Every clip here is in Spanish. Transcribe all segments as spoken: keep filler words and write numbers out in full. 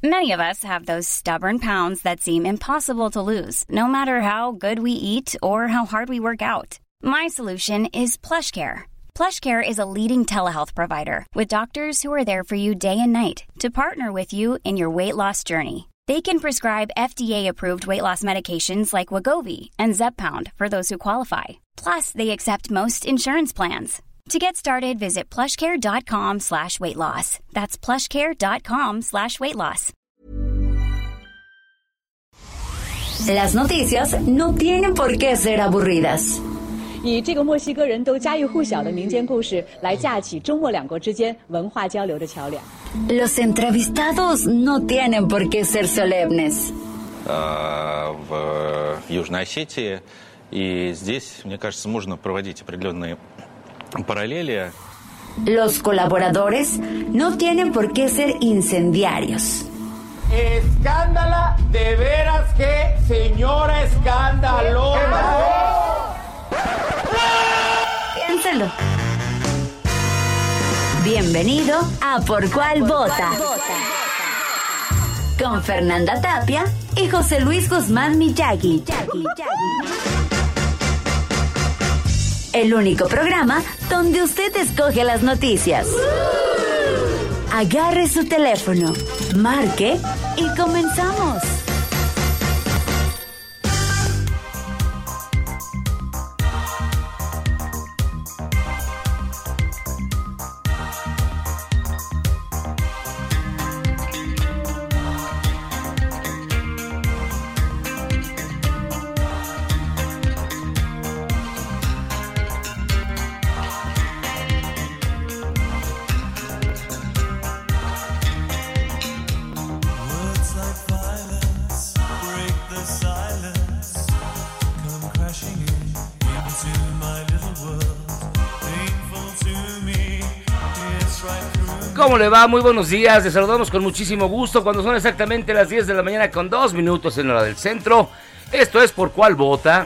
Many of us have those stubborn pounds that seem impossible to lose, no matter how good we eat or how hard we work out. My solution is PlushCare. PlushCare is a leading telehealth provider with doctors who are there for you day and night to partner with you in your weight loss journey. They can prescribe F D A-approved weight loss medications like Wegovy and Zepbound for those who qualify. Plus, they accept most insurance plans. To get started, visit plushcare.com slash weight loss. That's plushcare.com slash weight loss. Las noticias no tienen por qué ser aburridas. 以这个墨西哥人都家喻户晓的民间故事来架起中墨两国之间文化交流的桥梁。 Los entrevistados no tienen por qué ser solemnes. В Южной Осетии, и здесь, мне кажется, можно проводить определенные параллели. Los colaboradores no tienen por qué ser incendiarios. Escándala, de veras que señora escándalo. Piénselo. Bienvenido a Por Cuál Vota. Con Fernanda Tapia y José Luis Guzmán Miyagi. El único programa donde usted escoge las noticias. Agarre su teléfono, marque y comenzamos. ¿Cómo le va? Muy buenos días, les saludamos con muchísimo gusto cuando son exactamente las diez de la mañana con dos minutos en hora del centro. Esto es Por Cuál Vota.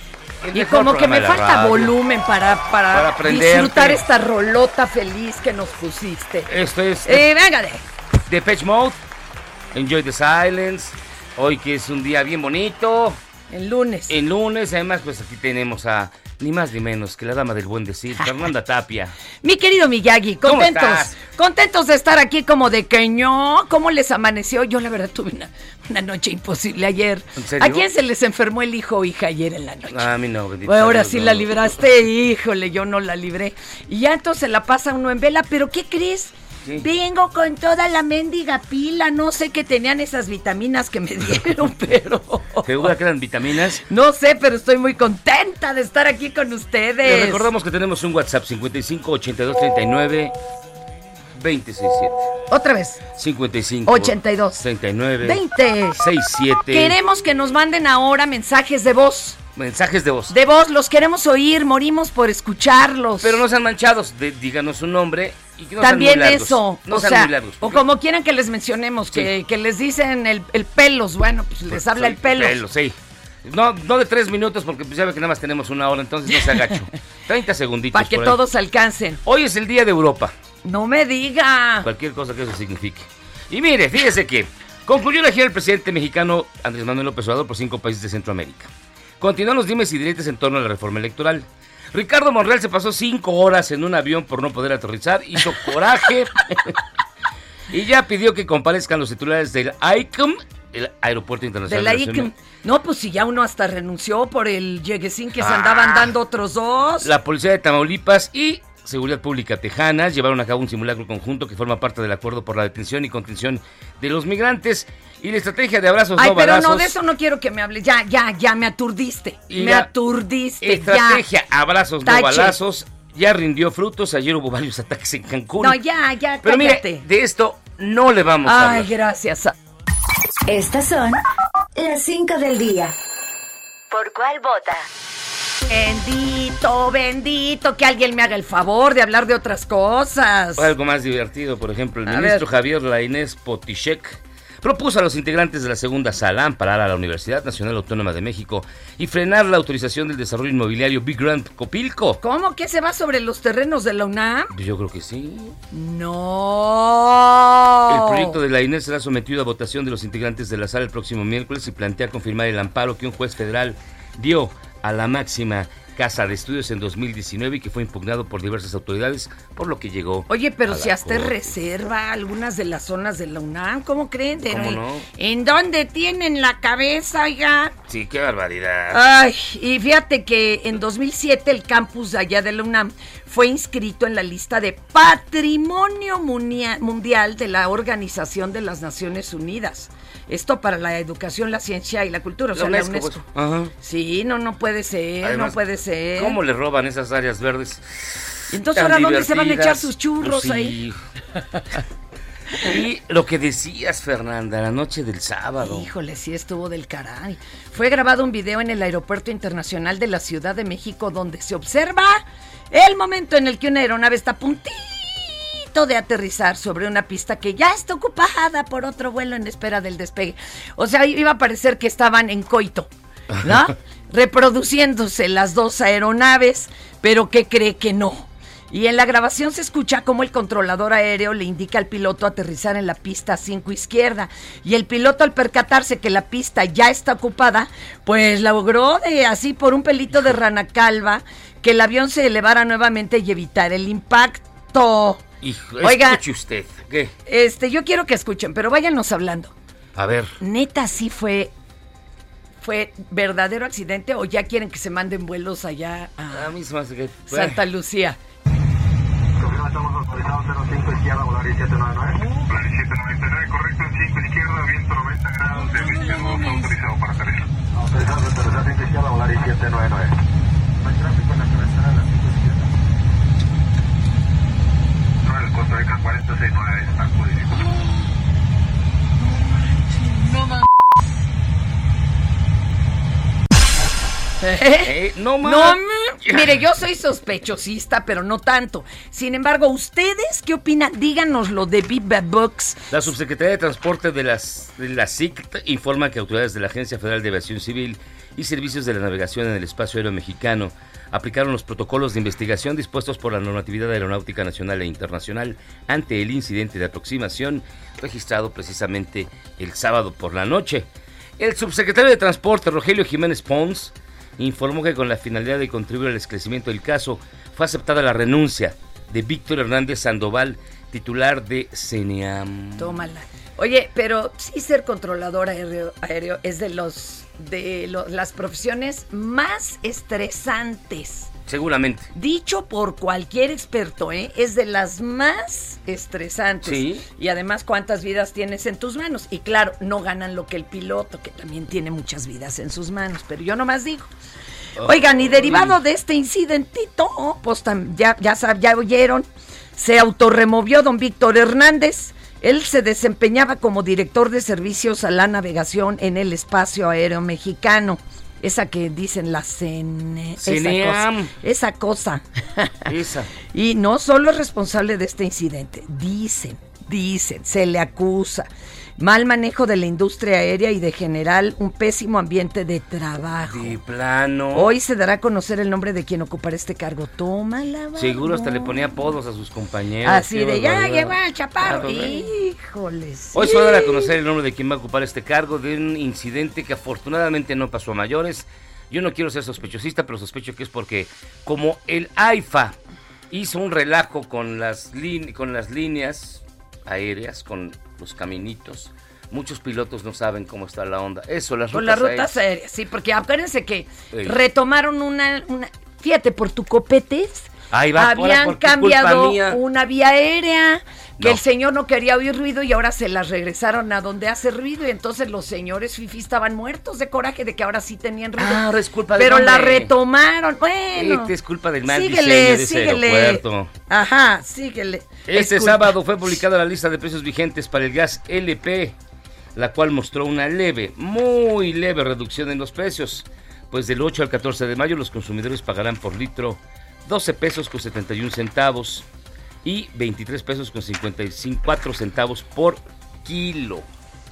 Y como que me falta radio, volumen para, para, para disfrutar esta rolota feliz que nos pusiste. Esto es eh, venga de Depeche Mode, Enjoy the Silence. Hoy que es un día bien bonito. El lunes. El lunes, además pues aquí tenemos a ni más ni menos que la dama del buen decir, Fernanda Tapia. Mi querido Miyagi, contentos. ¿Cómo estás? Contentos de estar aquí como de queño. ¿Cómo les amaneció? Yo la verdad tuve una, una noche imposible ayer. ¿En serio? ¿A quién se les enfermó el hijo o hija ayer en la noche? A mí no, bendito. Bueno, ahora Dios, sí no. La libraste, híjole, yo no la libré. Y ya entonces la pasa uno en vela, pero ¿qué crees? Sí. Vengo con toda la mendiga pila, no sé qué tenían esas vitaminas que me dieron, pero... ¿Segura que eran vitaminas? No sé, pero estoy muy contenta de estar aquí con ustedes. Les recordamos que tenemos un WhatsApp cincuenta y cinco, ochenta y dos, treinta y nueve, veinte, sesenta y siete. Otra vez. cincuenta y cinco, ochenta y dos, treinta y nueve, veinte, sesenta y siete. Queremos que nos manden ahora mensajes de voz. Mensajes de voz. De voz, los queremos oír, morimos por escucharlos. Pero no sean manchados, de, díganos su nombre y que no también sean muy largos. Eso, no o sean sea, muy largos. o como quieran que les mencionemos, sí. que, que les dicen el, el pelos, bueno, pues, pues les habla el pelos. Pelos, sí. No, no de tres minutos porque pues ya ve que nada más tenemos una hora, entonces no se agacho. treinta segunditos. Para que todos alcancen. Hoy es el Día de Europa. No me diga. Cualquier cosa que eso signifique. Y mire, fíjese que concluyó la gira del presidente mexicano Andrés Manuel López Obrador por cinco países de Centroamérica. Continúan los dimes y diretes en torno a la reforma electoral. Ricardo Monreal se pasó cinco horas en un avión por no poder aterrizar, hizo coraje y ya pidió que comparezcan los titulares del I C M, el Aeropuerto Internacional de la I C M. No, pues si ya uno hasta renunció por el lleguesín que ah, se andaban dando otros dos. La policía de Tamaulipas y Seguridad Pública Tejanas llevaron a cabo un simulacro conjunto que forma parte del acuerdo por la detención y contención de los migrantes y la estrategia de abrazos Ay, no pero balazos. no, de eso no quiero que me hables. Ya, ya, ya me aturdiste. Y me aturdiste. Estrategia ya. abrazos Tache. no balazos ya rindió frutos. Ayer hubo varios ataques en Cancún. No, ya, ya, pero cállate. Mire, de esto no le vamos a hablar. Ay, gracias. Estas son las cinco del día. ¿Por cuál vota? Bendito, bendito, que alguien me haga el favor de hablar de otras cosas. O algo más divertido, por ejemplo, el a ministro ver. Javier Lainez Potichek propuso a los integrantes de la segunda sala amparar a la Universidad Nacional Autónoma de México y frenar la autorización del desarrollo inmobiliario Big Grand Copilco. ¿Cómo que se va sobre los terrenos de la UNAM? Yo creo que sí. No. El proyecto de la I N E será sometido a votación de los integrantes de la sala el próximo miércoles y plantea confirmar el amparo que un juez federal dio a la máxima Casa de Estudios en dos mil diecinueve y que fue impugnado por diversas autoridades, por lo que llegó. Oye, pero si hasta corte. reserva algunas de las zonas de la UNAM, ¿cómo creen? ¿Cómo ¿En, no? ¿En dónde tienen la cabeza, oiga? Sí, qué barbaridad. Ay, y fíjate que en dos mil siete el campus de allá de la UNAM fue inscrito en la lista de Patrimonio Mundial de la Organización de las Naciones Unidas. Esto para la educación, la ciencia y la cultura, o sea, la UNESCO. Pues. Ajá. Sí, no, no puede ser, Además, no puede ser. ¿Cómo le roban esas áreas verdes? Y entonces, ¿ahora dónde se van a echar sus churros pues sí. ahí? Y lo que decías, Fernanda, la noche del sábado. Híjole, sí estuvo del caray. Fue grabado un video en el Aeropuerto Internacional de la Ciudad de México donde se observa el momento en el que una aeronave está a puntito de aterrizar sobre una pista que ya está ocupada por otro vuelo en espera del despegue. O sea, iba a parecer que estaban en coito, ¿no? Reproduciéndose las dos aeronaves, pero ¿qué cree que no? Y en la grabación se escucha cómo el controlador aéreo le indica al piloto aterrizar en la pista cinco izquierda. Y el piloto, al percatarse que la pista ya está ocupada, pues logró de así por un pelito de rana calva que el avión se elevara nuevamente y evitar el impacto. Hijo, Oiga, escuche usted. ¿Qué? Este, yo quiero que escuchen, pero váyanos hablando. A ver. Neta, sí fue, fue verdadero accidente o ya quieren que se manden vuelos allá a, a mí se me hace que fue. Santa Lucía. Estamos autorizados cero cinco izquierda, volar I siete noventa y nueve. Volar I siete noventa y nueve, correcto, en cinco izquierda, viento noventa grados, de veintidós, autorizado para aterrizar. Autorizado para aterrizar cinco izquierda, volar I siete noventa y nueve. No hay tráfico en la cabecera de la cinco izquierda. nueve, Costa Rica cuarenta y seis nueve, está codificado. No mames. ¿Eh? No mames. No, mire, yo soy sospechosista, pero no tanto. Sin embargo, ¿ustedes qué opinan? Díganoslo de Viva Books. La Subsecretaría de Transporte de, las, de la S I C T informa que autoridades de la Agencia Federal de Aviación Civil y Servicios de la Navegación en el Espacio Aéreo Mexicano aplicaron los protocolos de investigación dispuestos por la Normatividad Aeronáutica Nacional e Internacional ante el incidente de aproximación registrado precisamente el sábado por la noche. El subsecretario de Transporte, Rogelio Jiménez Pons, informó que con la finalidad de contribuir al esclarecimiento del caso, fue aceptada la renuncia de Víctor Hernández Sandoval, titular de CENEAM. Tómala. Oye, pero sí ser controlador aéreo, aéreo es de los de lo, las profesiones más estresantes. Seguramente. Dicho por cualquier experto, ¿eh? Es de las más estresantes. Sí. Y además, ¿cuántas vidas tienes en tus manos? Y claro, no ganan lo que el piloto, que también tiene muchas vidas en sus manos. Pero yo nomás digo. Oigan, y derivado de este incidentito, pues ya, ya, ya oyeron, se autorremovió don Víctor Hernández. Él se desempeñaba como director de servicios a la navegación en el espacio aéreo mexicano. Esa que dicen la CENE, CENEAM. Esa cosa. Esa. Y no solo es responsable de este incidente, dicen, dicen, se le acusa mal manejo de la industria aérea y de general un pésimo ambiente de trabajo. De plano. Hoy se dará a conocer el nombre de quien ocupará este cargo. Tómala, vamos. Seguro hasta le ponía apodos a sus compañeros. Así Qué de, ya barbaridad. llegó el chaparro. Ah, Híjoles. Hoy se va a dar a conocer el nombre de quien va a ocupar este cargo de un incidente que afortunadamente no pasó a mayores. Yo no quiero ser sospechosista, pero sospecho que es porque como el AIFA hizo un relajo con las, line- con las líneas aéreas, con los caminitos, muchos pilotos no saben cómo está la onda. Eso, las Con rutas las rutas aéreas. aéreas, sí, porque acuérdense que Ey. retomaron una, una, fíjate, por tu copetes, Ahí va, ahora, habían ¿por qué culpa cambiado mía? una vía aérea, que No. el señor no quería oír ruido y ahora se las regresaron a donde hace ruido y entonces los señores fifí estaban muertos de coraje de que ahora sí tenían ruido. Ah, ahora es culpa del Pero la hombre. retomaron, bueno. Este es culpa del mal síguele, diseño de ese síguele. aeropuerto. Ajá, síguele. Este Es culpa. sábado fue publicada la lista de precios vigentes para el gas L P, la cual mostró una leve, muy leve reducción en los precios, pues del ocho al catorce de mayo los consumidores pagarán por litro doce pesos con setenta y un centavos y veintitrés pesos con cincuenta y cuatro centavos por kilo.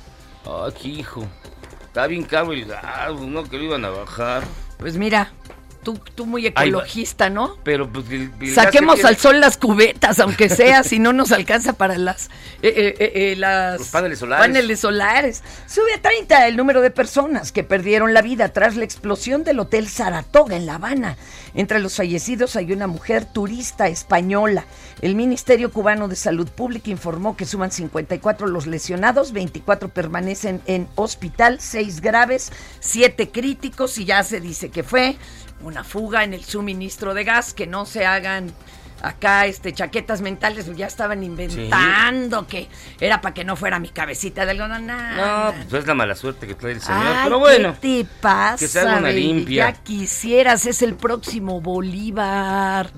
Ay, hijo. Está bien caro el gas, no que lo iban a bajar. Pues mira, tú, tú muy ecologista, ¿no? Pero pues el, el saquemos al sol las cubetas, aunque sea, si no nos alcanza para las, eh, eh, eh, las Los paneles solares. paneles solares. Sube a treinta el número de personas que perdieron la vida tras la explosión del Hotel Saratoga en La Habana. Entre los fallecidos hay una mujer turista española. El Ministerio Cubano de Salud Pública informó que suman cincuenta y cuatro los lesionados, veinticuatro permanecen en hospital, seis graves, siete críticos, y ya se dice que fue una fuga en el suministro de gas. Que no se hagan acá este chaquetas mentales, ya estaban inventando sí. que era para que no fuera mi cabecita de algodón. No, pues es la mala suerte que trae el señor. Ay, pero bueno, ¿qué te pasa? Que se haga una limpia. Ya quisieras, es el próximo Bolívar.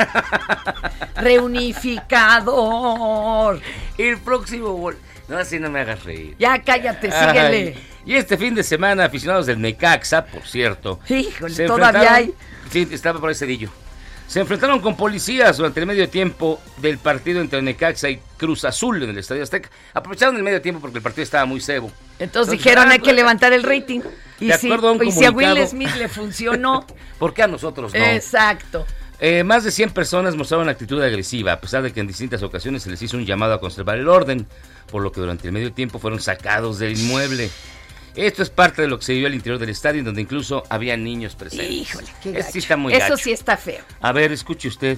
Reunificador. El próximo Bolívar. No, así no me hagas reír. Ya cállate, síguele. Ay, y este fin de semana, aficionados del Necaxa, por cierto. Híjole, todavía hay. Sí, estaba por ese cedillo. Se enfrentaron con policías durante el medio tiempo del partido entre Necaxa y Cruz Azul en el Estadio Azteca. Aprovecharon el medio tiempo porque el partido estaba muy cebo. Entonces, Entonces dijeron, ah, hay que levantar el rating. Y, de si, acuerdo a un y si a Will Smith le funcionó, ¿por qué a nosotros no? Exacto. Eh, más de cien personas mostraron actitud agresiva, a pesar de que en distintas ocasiones se les hizo un llamado a conservar el orden, por lo que durante el medio tiempo fueron sacados del inmueble. Esto es parte de lo que se vivió al interior del estadio, en donde incluso había niños presentes. Híjole, qué gacho. Sí está muy Eso gacho. Sí está feo. A ver, escuche usted.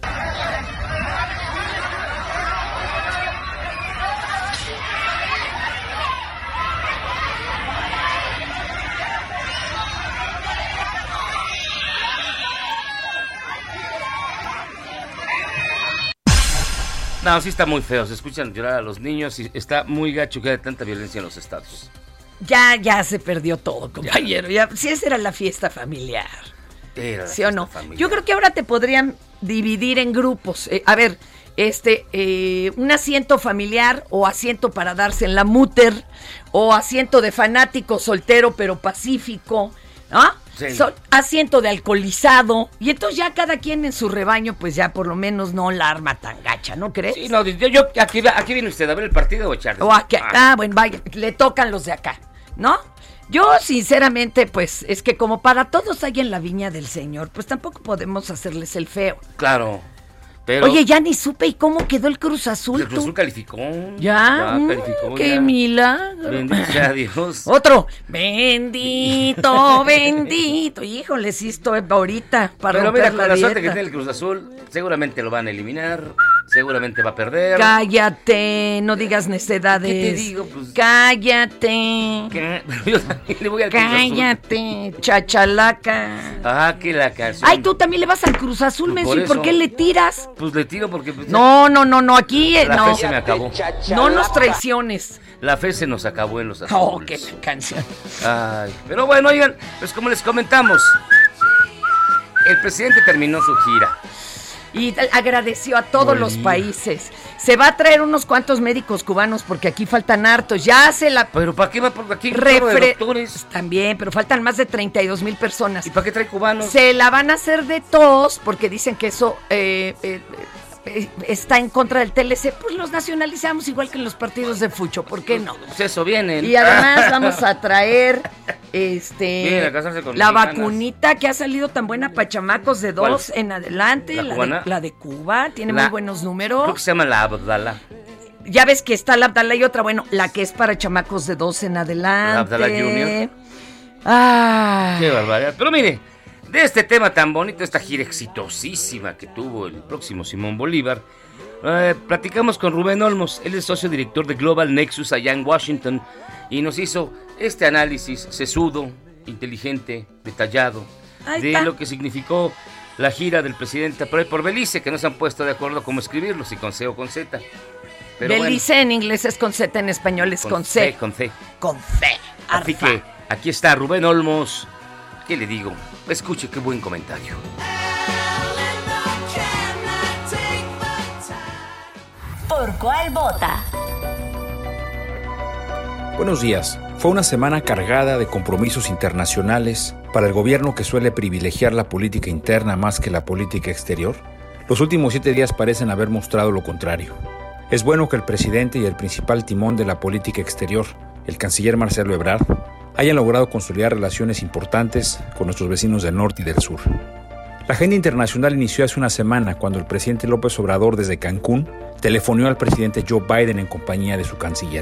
No, sí está muy feo, se escuchan llorar a los niños y está muy gacho que haya tanta violencia en los estados. Ya, ya se perdió todo, compañero. Ya, si esa era la fiesta familiar. Era la ¿Sí o no? familiar. Yo creo que ahora te podrían dividir en grupos. Eh, a ver, este, eh, un asiento familiar o asiento para darse en la múter o asiento de fanático soltero pero pacífico, ¿no? Sí. So, asiento de alcoholizado, y entonces ya cada quien en su rebaño, pues ya por lo menos no la arma tan gacha, ¿no crees? Sí, no, yo, yo aquí, aquí viene usted a ver el partido o echarle. O aquí, ah. ah, bueno, vaya, le tocan los de acá, ¿no? Yo, sinceramente, pues, es que como para todos hay en la viña del Señor, pues tampoco podemos hacerles el feo. Claro. Pero... Oye, ya ni supe, ¿y cómo quedó el Cruz Azul? El Cruz Azul calificó. ¿Ya? ya Mm, calificó, ¡Qué ya. milagro! Bendito sea Dios. Otro. Bendito, bendito. Híjole, sí estoy ahorita para Pero romper mira, la con la dieta. suerte que tiene el Cruz Azul, seguramente lo van a eliminar, seguramente va a perder. Cállate, no digas necedades. ¿Qué te digo? Pues, cállate. ¿qué? Yo también le voy al Cruz Azul. Cállate, chachalaca. Ah, que la canción. Ay, tú también le vas al Cruz Azul, Pues menso, por ¿y por eso. qué le tiras? Pues le tiro porque... Pues, No, no, no, no, aquí eh, la no. fe se me acabó. No nos traiciones. La fe se nos acabó en los Oh, azules. qué canción. Ay, pero bueno, oigan, pues como les comentamos, el presidente terminó su gira. Y agradeció a todos Bolívar. los países. Se va a traer unos cuantos médicos cubanos porque aquí faltan hartos. Ya se la... ¿Pero para qué va por aquí? Refre... de doctores? También, pero faltan más de treinta y dos mil personas. ¿Y para qué trae cubanos? Se la van a hacer de tos porque dicen que eso eh, eh, eh, está en contra del T L C. Pues los nacionalizamos igual que en los partidos de fucho. ¿Por qué no? Pues eso vienen. Y además vamos a traer este Vienen a casarse con la mexicanas. vacunita que ha salido tan buena para chamacos de dos ¿Cuál? en adelante. ¿La La, cubana? de, la de Cuba tiene La- muy buenos Creo números. que se llama la Abdala. Ya ves que está la Abdala y otra, bueno, la que es para chamacos de dos en adelante. La Abdala Junior. Ah. Qué barbaridad. Pero mire, de este tema tan bonito, esta gira exitosísima que tuvo el próximo Simón Bolívar, eh, platicamos con Rubén Olmos. Él es socio director de Global Nexus allá en Washington y nos hizo este análisis sesudo, inteligente, detallado, Ahí de está. lo que significó la gira del presidente por, por Belice, que no se han puesto de acuerdo cómo escribirlo, si con C o con Z. Pero Belice en inglés es con Z, en español es bueno, con, C. Con C. Con C. Así Arfa. que aquí está Rubén Olmos. ¿Qué le digo? Escuche qué buen comentario. ¿Por cuál vota? Buenos días. Fue una semana cargada de compromisos internacionales para el gobierno que suele privilegiar la política interna más que la política exterior. Los últimos siete días parecen haber mostrado lo contrario. Es bueno que el presidente y el principal timón de la política exterior el canciller Marcelo Ebrard, hayan logrado consolidar relaciones importantes con nuestros vecinos del norte y del sur. La agenda internacional inició hace una semana cuando el presidente López Obrador desde Cancún telefoneó al presidente Joe Biden en compañía de su canciller.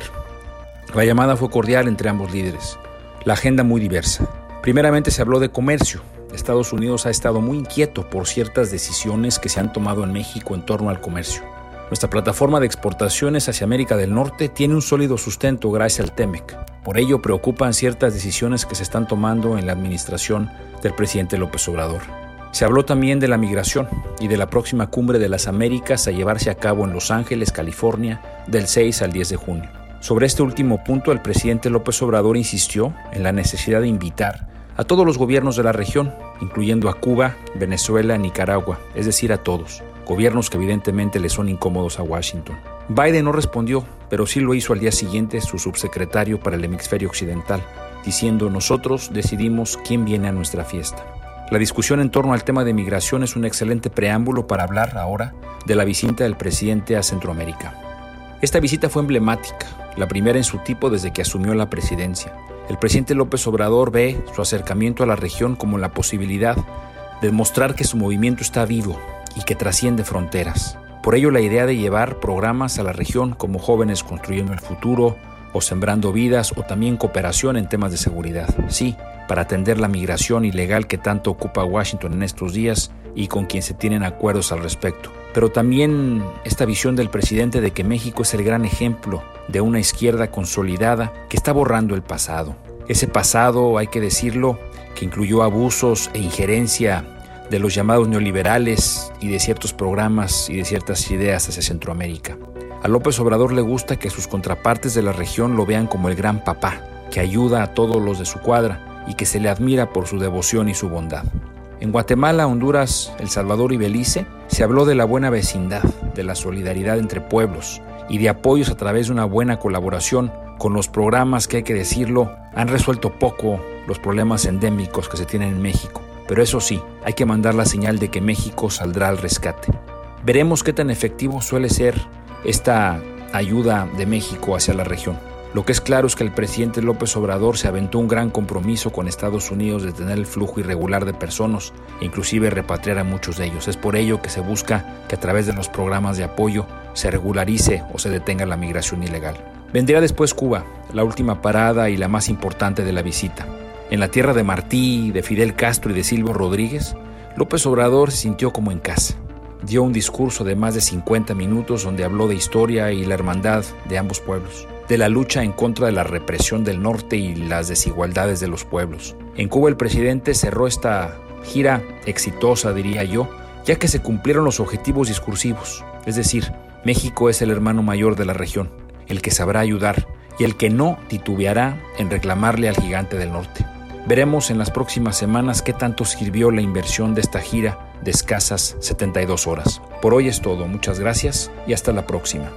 La llamada fue cordial entre ambos líderes. La agenda muy diversa. Primeramente se habló de comercio. Estados Unidos ha estado muy inquieto por ciertas decisiones que se han tomado en México en torno al comercio. Nuestra plataforma de exportaciones hacia América del Norte tiene un sólido sustento gracias al TEMEC. Por ello preocupan ciertas decisiones que se están tomando en la administración del presidente López Obrador. Se habló también de la migración y de la próxima cumbre de las Américas a llevarse a cabo en Los Ángeles, California, del seis al diez de junio. Sobre este último punto, el presidente López Obrador insistió en la necesidad de invitar a todos los gobiernos de la región, incluyendo a Cuba, Venezuela, Nicaragua, es decir, a todos, gobiernos que evidentemente le son incómodos a Washington. Biden no respondió, pero sí lo hizo al día siguiente su subsecretario para el hemisferio occidental, diciendo: nosotros decidimos quién viene a nuestra fiesta. La discusión en torno al tema de migración es un excelente preámbulo para hablar ahora de la visita del presidente a Centroamérica. Esta visita fue emblemática, la primera en su tipo desde que asumió la presidencia. El presidente López Obrador ve su acercamiento a la región como la posibilidad de demostrar que su movimiento está vivo y que trasciende fronteras. Por ello, la idea de llevar programas a la región como Jóvenes Construyendo el Futuro o Sembrando Vidas o también cooperación en temas de seguridad. Sí, para atender la migración ilegal que tanto ocupa Washington en estos días y con quien se tienen acuerdos al respecto. Pero también esta visión del presidente de que México es el gran ejemplo de una izquierda consolidada que está borrando el pasado. Ese pasado, hay que decirlo, que incluyó abusos e injerencia de los llamados neoliberales y de ciertos programas y de ciertas ideas hacia Centroamérica. A López Obrador le gusta que sus contrapartes de la región lo vean como el gran papá, que ayuda a todos los de su cuadra y que se le admira por su devoción y su bondad. En Guatemala, Honduras, El Salvador y Belice se habló de la buena vecindad, de la solidaridad entre pueblos y de apoyos a través de una buena colaboración con los programas que, hay que decirlo, han resuelto poco los problemas endémicos que se tienen en México. Pero eso sí, hay que mandar la señal de que México saldrá al rescate. Veremos qué tan efectivo suele ser esta ayuda de México hacia la región. Lo que es claro es que el presidente López Obrador se aventó un gran compromiso con Estados Unidos de detener el flujo irregular de personas e inclusive repatriar a muchos de ellos. Es por ello que se busca que a través de los programas de apoyo se regularice o se detenga la migración ilegal. Vendría después Cuba, la última parada y la más importante de la visita. En la tierra de Martí, de Fidel Castro y de Silvio Rodríguez, López Obrador se sintió como en casa. Dio un discurso de más de cincuenta minutos donde habló de historia y la hermandad de ambos pueblos, de la lucha en contra de la represión del norte y las desigualdades de los pueblos. En Cuba el presidente cerró esta gira exitosa, diría yo, ya que se cumplieron los objetivos discursivos. Es decir, México es el hermano mayor de la región, el que sabrá ayudar y el que no titubeará en reclamarle al gigante del norte. Veremos en las próximas semanas qué tanto sirvió la inversión de esta gira de escasas setenta y dos horas. Por hoy es todo, muchas gracias y hasta la próxima.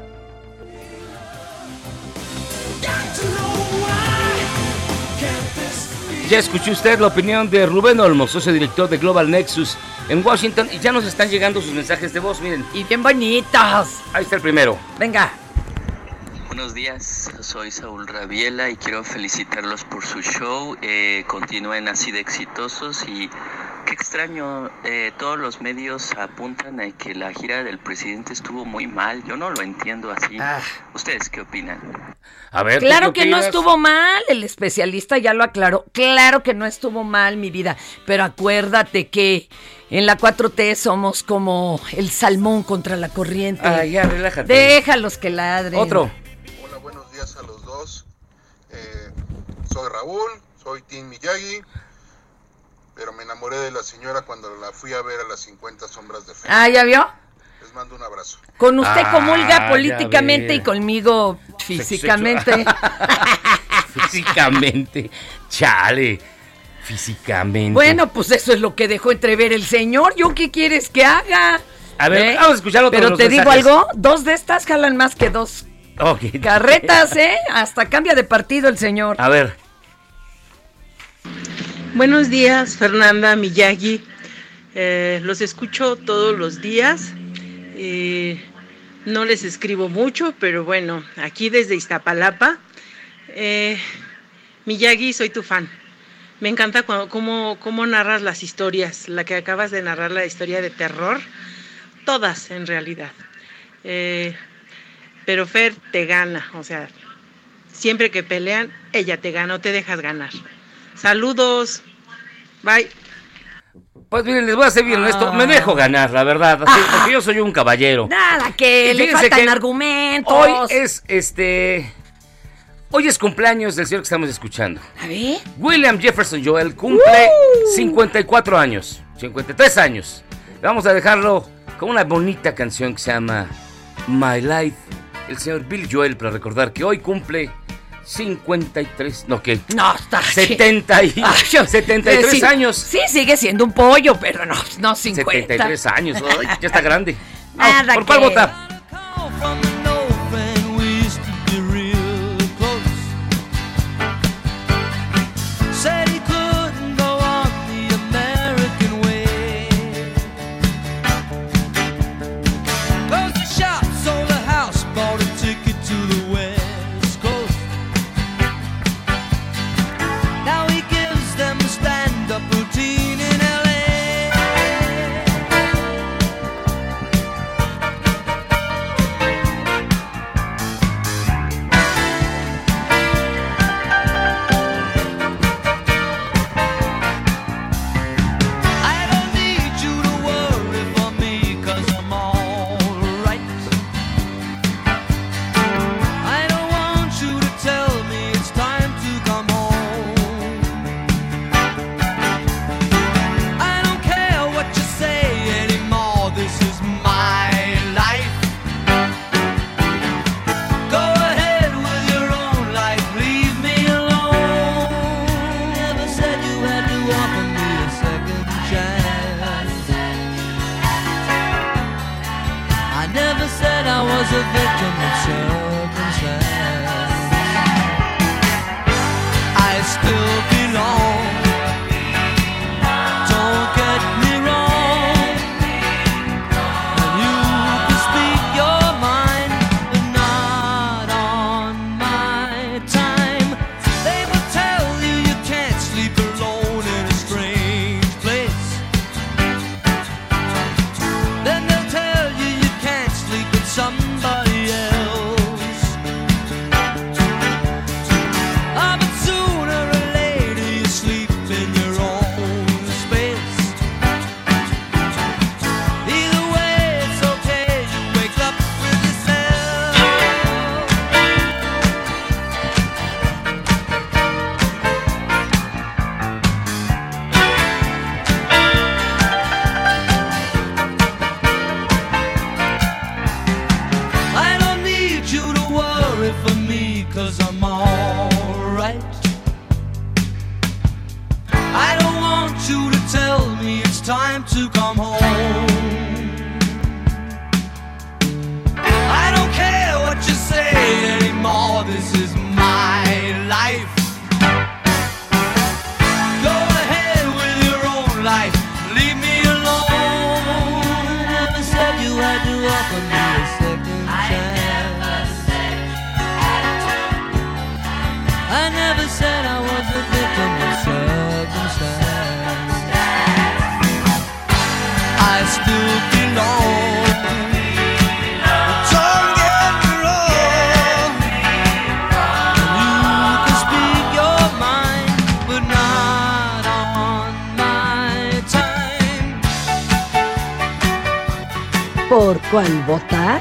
Ya escuchó usted la opinión de Rubén Olmos, socio director de Global Nexus en Washington, y ya nos están llegando sus mensajes de voz, miren. Y bien bonitos. Ahí está el primero. Venga. Buenos días, soy Saúl Rabiela y quiero felicitarlos por su show. Eh, continúen así de exitosos y qué extraño, eh, todos los medios apuntan a que la gira del presidente estuvo muy mal. Yo no lo entiendo así. Ah. ¿Ustedes qué opinan? A ver, claro que no estuvo mal, el especialista ya lo aclaró. Claro que no estuvo mal, mi vida. Pero acuérdate que en la cuatro T somos como el salmón contra la corriente. Ah, ya, relájate. Déjalos que ladren. Otro. Hola, buenos días a los dos. Eh, soy Raúl, soy Team Miyagi. Pero me enamoré de la señora cuando la fui a ver a las cincuenta sombras de Fe. Ah, ¿ya vio? Les mando un abrazo. Con usted ah, comulga políticamente y ver. conmigo físicamente. Físicamente. Chale. Físicamente. Bueno, pues eso es lo que dejó entrever el señor. ¿Yo qué quieres que haga? A ver, ¿eh? Vamos a escuchar otro. Pero te digo algo, dos de estas jalan más que dos okay. carretas, ¿eh? Hasta cambia de partido el señor. A ver. Buenos días, Fernanda, Miyagi. Eh, los escucho todos los días. Eh, no les escribo mucho, pero bueno, aquí desde Iztapalapa, Eh, Miyagi, soy tu fan. Me encanta cuando, cómo, cómo narras las historias, la que acabas de narrar, la historia de terror, todas en realidad. Eh, pero Fer te gana, o sea, siempre que pelean, ella te gana o te dejas ganar. Saludos, bye. Pues miren, les voy a ser bien honesto, me dejo ganar, la verdad, así, Ah. porque yo soy un caballero. Nada, que Y le fíjense faltan que argumentos. Hoy es, este... Hoy es cumpleaños del señor que estamos escuchando. A ver. William Jefferson Joel cumple Uh. cincuenta y cuatro años, cincuenta y tres años. Vamos a dejarlo con una bonita canción que se llama My Life. El señor Bill Joel, para recordar que hoy cumple cincuenta y tres, no, ¿qué? No, está setenta y, Ay, yo- setenta y tres sí, años. Sí, sigue siendo un pollo, pero no, no cincuenta. setenta y tres años, ay, ya está grande. Nada ¿Por cuál que- vota? Said he couldn't go on the American way. Closed the shop, sold a house, bought a ticket to the West Coast. Now he gives them a stand-up routine in L A. I don't need you to worry for me, 'cause I'm alright. I don't want you to tell me it's time to come home. I don't care what you say anymore, this is my life. Go ahead with your own life, leave me alone. Never said you had to offer me a second chance. I never said I was a victim of circumstance. I still belong. Don't get me wrong. And you can speak your mind, but not on my time. They will tell you you can't sleep alone in a strange place. Then they'll tell you you can't sleep with somebody else. Ah, but sooner or later you sleep in your own space. Either way, it's okay, you wake up with yourself. I don't need you to worry for me, 'cause I'm alright. I don't want you to tell me it's time to come home. I don't care what you say anymore, this is my life. Go ahead with your own life, leave me alone. I never said you had to offer me a second chance. I never said I was a victim of circumstance. I still belong. Don't get me wrong. You can speak your mind, but not on my time. ¿Por cuál votar?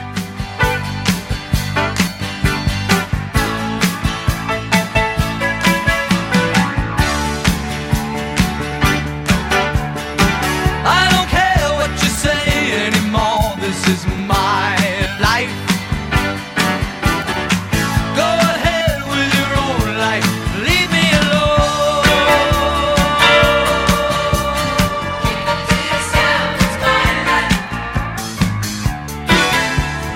I don't care what you say anymore, this is my life. Go ahead with your own life, leave me alone. Keep it to yourself, it's my life.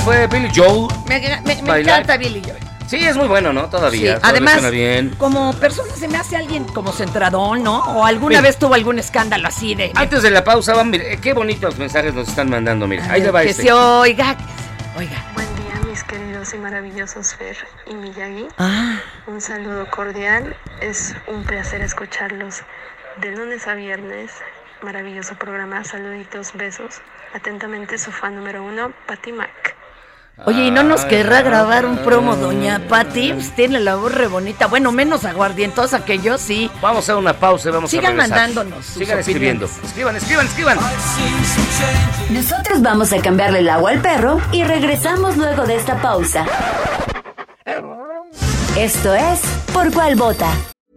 fue Billy Joel. Me, me, me My encanta Life. Billy Joel. Sí, es muy bueno, ¿no? Todavía. Sí, todavía además, suena bien. como persona se me hace alguien como centradón, ¿no? O alguna Mira. vez tuvo algún escándalo así de... Antes de la pausa, van, mire, qué bonitos mensajes nos están mandando, mira. Ahí le va que este. se oiga, oiga. Buen día, mis queridos y maravillosos Fer y Miyagi. Ah. Un saludo cordial. Es un placer escucharlos de lunes a viernes. Maravilloso programa. Saluditos, besos. Atentamente, su fan número uno, Patty Mac. Oye, ¿y no nos querrá grabar un promo, doña Pati? Pues tiene la voz re bonita. Bueno, menos aguardientosa que yo, sí. Vamos a una pausa y vamos Sigan a regresar. mandándonos sus Sigan escribiendo. opiniones. Escriban, escriban, escriban. Nosotros vamos a cambiarle el agua al perro y regresamos luego de esta pausa. Esto es Por Cuál Vota.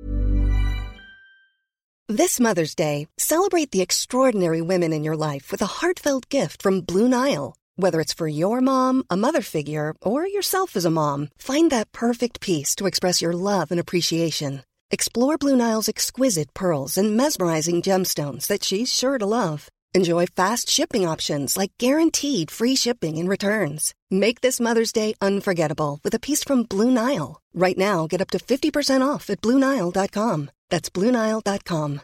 This Mother's Day, celebrate the extraordinary women in your life with a heartfelt gift from Blue Nile. Whether it's for your mom, a mother figure, or yourself as a mom, find that perfect piece to express your love and appreciation. Explore Blue Nile's exquisite pearls and mesmerizing gemstones that she's sure to love. Enjoy fast shipping options like guaranteed free shipping and returns. Make this Mother's Day unforgettable with a piece from Blue Nile. Right now, get up to fifty percent off at Blue Nile dot com. That's Blue Nile dot com.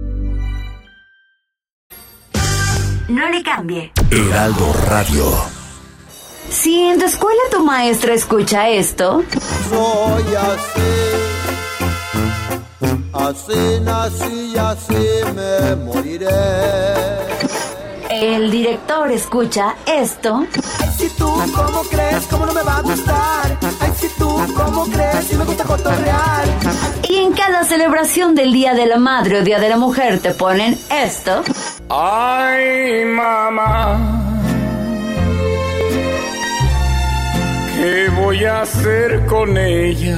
No le cambie. Heraldo Radio. Si en tu escuela tu maestra escucha esto, soy así, así nací y así me moriré. El director escucha esto. Ay, si tú, ¿cómo crees? ¿Cómo no me va a gustar? Ay, si tú, ¿cómo crees? Si me gusta cotorrear. Y en cada celebración del Día de la Madre o Día de la Mujer te ponen esto. Ay, mamá, ¿qué voy a hacer con ella?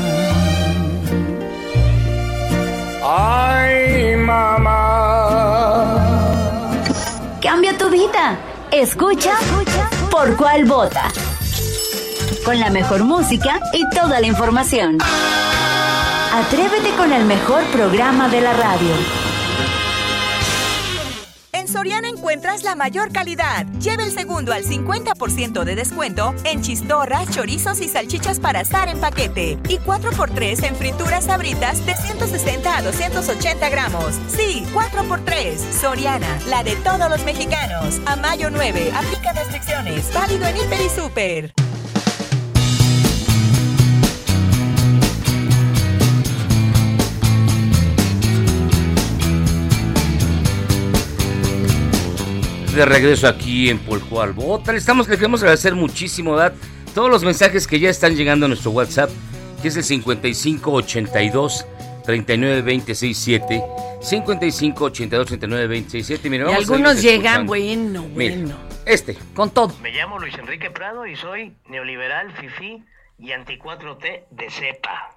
Ay, mamá. Cambia tu vida. Escucha, Escucha Por Cuál Vota. Con la mejor música y toda la información. Atrévete con el mejor programa de la radio. En Soriana encuentras la mayor calidad. Lleva el segundo al cincuenta por ciento de descuento en chistorras, chorizos y salchichas para asar en paquete. Y cuatro por tres en frituras Sabritas de ciento sesenta a doscientos ochenta gramos. Sí, cuatro por tres. Soriana, la de todos los mexicanos. A mayo nueve, aplica restricciones. Válido en Hiper y Super. De regreso aquí en Por Cuál Vota. Le estamos, le queremos agradecer muchísimo, ¿verdad? Todos los mensajes que ya están llegando a nuestro WhatsApp, que es el cincuenta y cinco ochenta y dos treinta y nueve veinte sesenta y siete, cincuenta y cinco ochenta y dos treinta y nueve veinte sesenta y siete. Mire, y algunos llegan, bueno, bueno. Mira, este. Con todo. Me llamo Luis Enrique Prado y soy neoliberal, fifí y anti cuatro T de cepa.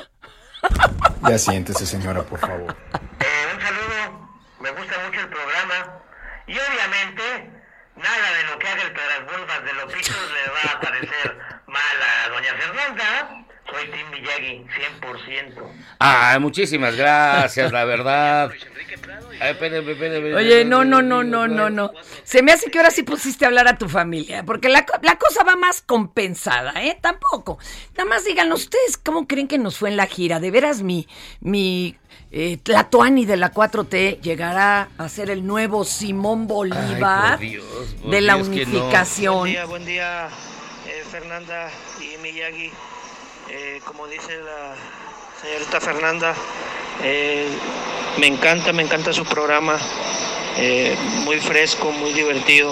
Ya siéntese, señora, por favor. Eh, un saludo, me gusta mucho el programa. Y obviamente, nada de lo que haga el Pedrasburgas de los pisos le va a parecer mal a doña Fernanda. Soy Tim Miyagi, cien por ciento. Ah, muchísimas gracias, la verdad. Ay, espérame, espérame, Oye, no, no, no, no, no, no. Se me hace que ahora sí pusiste a hablar a tu familia, porque la, la cosa va más compensada, ¿eh? Tampoco. Nada más díganos ustedes, ¿cómo creen que nos fue en la gira? De veras, mi, mi eh, Tlatuani de la cuatro T llegará a ser el nuevo Simón Bolívar. Ay, por Dios, por de la Dios unificación. No. Buen día, buen día, eh, Fernanda y Miyagi. Eh, como dice la señorita Fernanda, eh, me encanta, me encanta su programa, eh, muy fresco, muy divertido.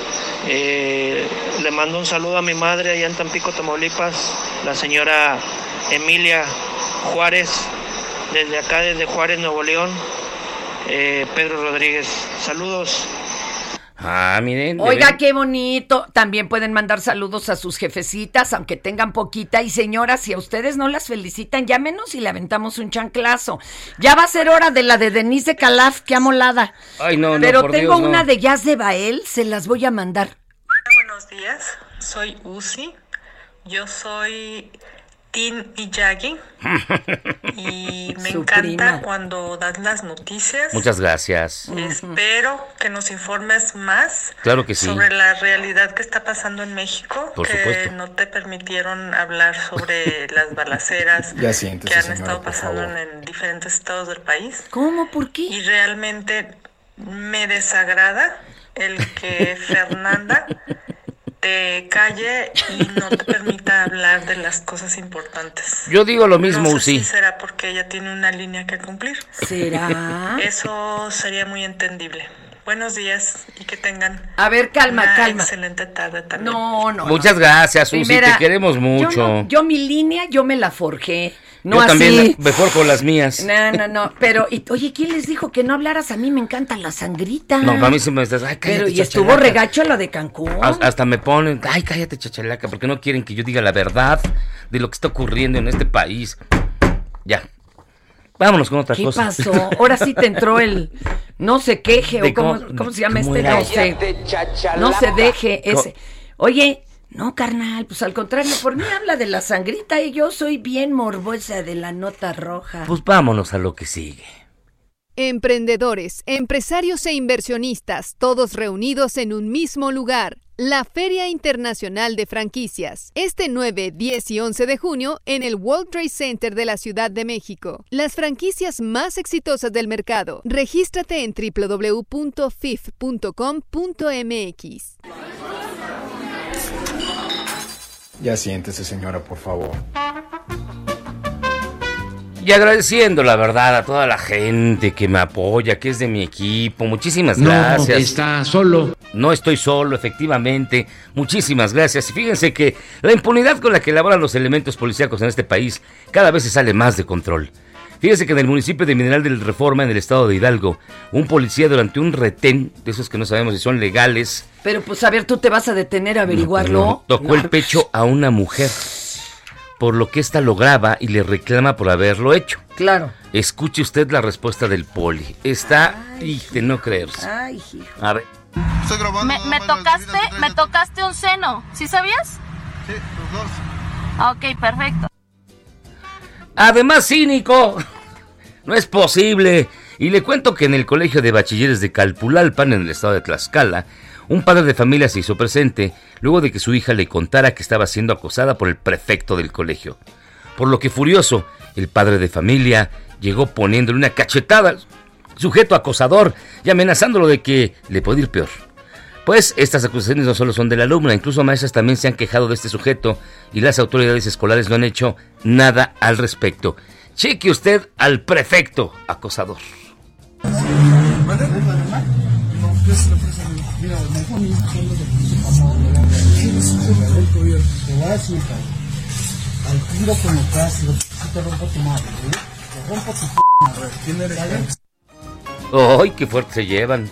Eh, le mando un saludo a mi madre allá en Tampico, Tamaulipas, la señora Emilia Juárez, desde acá, desde Juárez, Nuevo León. eh, Pedro Rodríguez, saludos. Ah, miren. Oiga, qué bonito. También pueden mandar saludos a sus jefecitas, aunque tengan poquita. Y señoras, si a ustedes no las felicitan, llámenos y le aventamos un chanclazo. Ya va a ser hora de la de Denise de Calaf, qué amolada. Ay, no, no, Pero por tengo Dios, una no. de Jazz de Bael, se las voy a mandar. Buenos días, soy Uzi. Yo soy Team Miyagi. Y me Su encanta prima. cuando das las noticias. Muchas gracias. Espero que nos informes más Claro que sí. sobre la realidad que está pasando en México, Por que supuesto. no te permitieron hablar sobre las balaceras Ya siéntese, que han señora, estado por pasando favor. en, en diferentes estados del país. ¿Cómo? ¿Por qué? Y realmente me desagrada el que Fernanda te calle y no te permita hablar de las cosas importantes. Yo digo lo mismo, No sé Uzi. si será porque ella tiene una línea que cumplir. ¿Será? Eso sería muy entendible. Buenos días y que tengan A ver, calma, una calma. excelente tarde también. No, no. Muchas no. gracias, Uzi, Primera, te queremos Yo, mucho. no- yo mi línea, yo me la forjé. No Yo así. también, mejor con las mías. No, no, no. Pero, y, oye, ¿quién les dijo que no hablaras? A mí me encanta la sangrita. No, para mí siempre me estás, ay, cállate, Pero, y estuvo chachalaca. regacho la de Cancún. Has- Hasta me ponen, ay, cállate, chachalaca, porque no quieren que yo diga la verdad de lo que está ocurriendo en este país. Ya. Vámonos con otra ¿Qué cosa. pasó? Ahora sí te entró el no se queje, De o cómo, cómo- cómo se llama ¿cómo este? era? No se, no se deje ese. Oye, no, carnal, pues al contrario, por mí habla de la sangrita y yo soy bien morbosa de la nota roja. Pues vámonos a lo que sigue. Emprendedores, empresarios e inversionistas, todos reunidos en un mismo lugar. La Feria Internacional de Franquicias, este nueve, diez y once de junio en el World Trade Center de la Ciudad de México. Las franquicias más exitosas del mercado. Regístrate en doble u doble u doble u punto f i f punto com punto m x. Ya siéntese, señora, por favor. Y agradeciendo, la verdad, a toda la gente que me apoya, que es de mi equipo. Muchísimas No, gracias. está solo. No estoy solo, efectivamente. Muchísimas gracias. Y fíjense que la impunidad con la que elaboran los elementos policíacos en este país cada vez se sale más de control. Fíjense que en el municipio de Mineral del Reforma, en el estado de Hidalgo, un policía durante un retén, de esos que no sabemos si son legales, Pero pues a ver, tú te vas a detener a averiguarlo. tocó el pecho a una mujer, por lo que ésta lo graba y le reclama por haberlo hecho. Claro. Escuche usted la respuesta del poli. Está y de no creerse. Ay, hijo. A ver. Me, me tocaste, me tocaste un seno, ¿sí sabías? Sí, los dos. Ah, ok, perfecto. Además, cínico. No es posible. Y le cuento que en el colegio de bachilleres de Calpulalpan, en el estado de Tlaxcala, un padre de familia se hizo presente luego de que su hija le contara que estaba siendo acosada por el prefecto del colegio. Por lo que furioso, el padre de familia llegó poniéndole una cachetada al sujeto acosador y amenazándolo de que le puede ir peor. Pues estas acusaciones no solo son de la alumna, incluso maestras también se han quejado de este sujeto y las autoridades escolares no han hecho nada al respecto. Cheque usted al prefecto acosador. Al tiro como casi, si te rompo tu madre, ¿eh? Te rompo tu p*** madre. ¿Quién eres? ¡Ay, qué fuerte se llevan!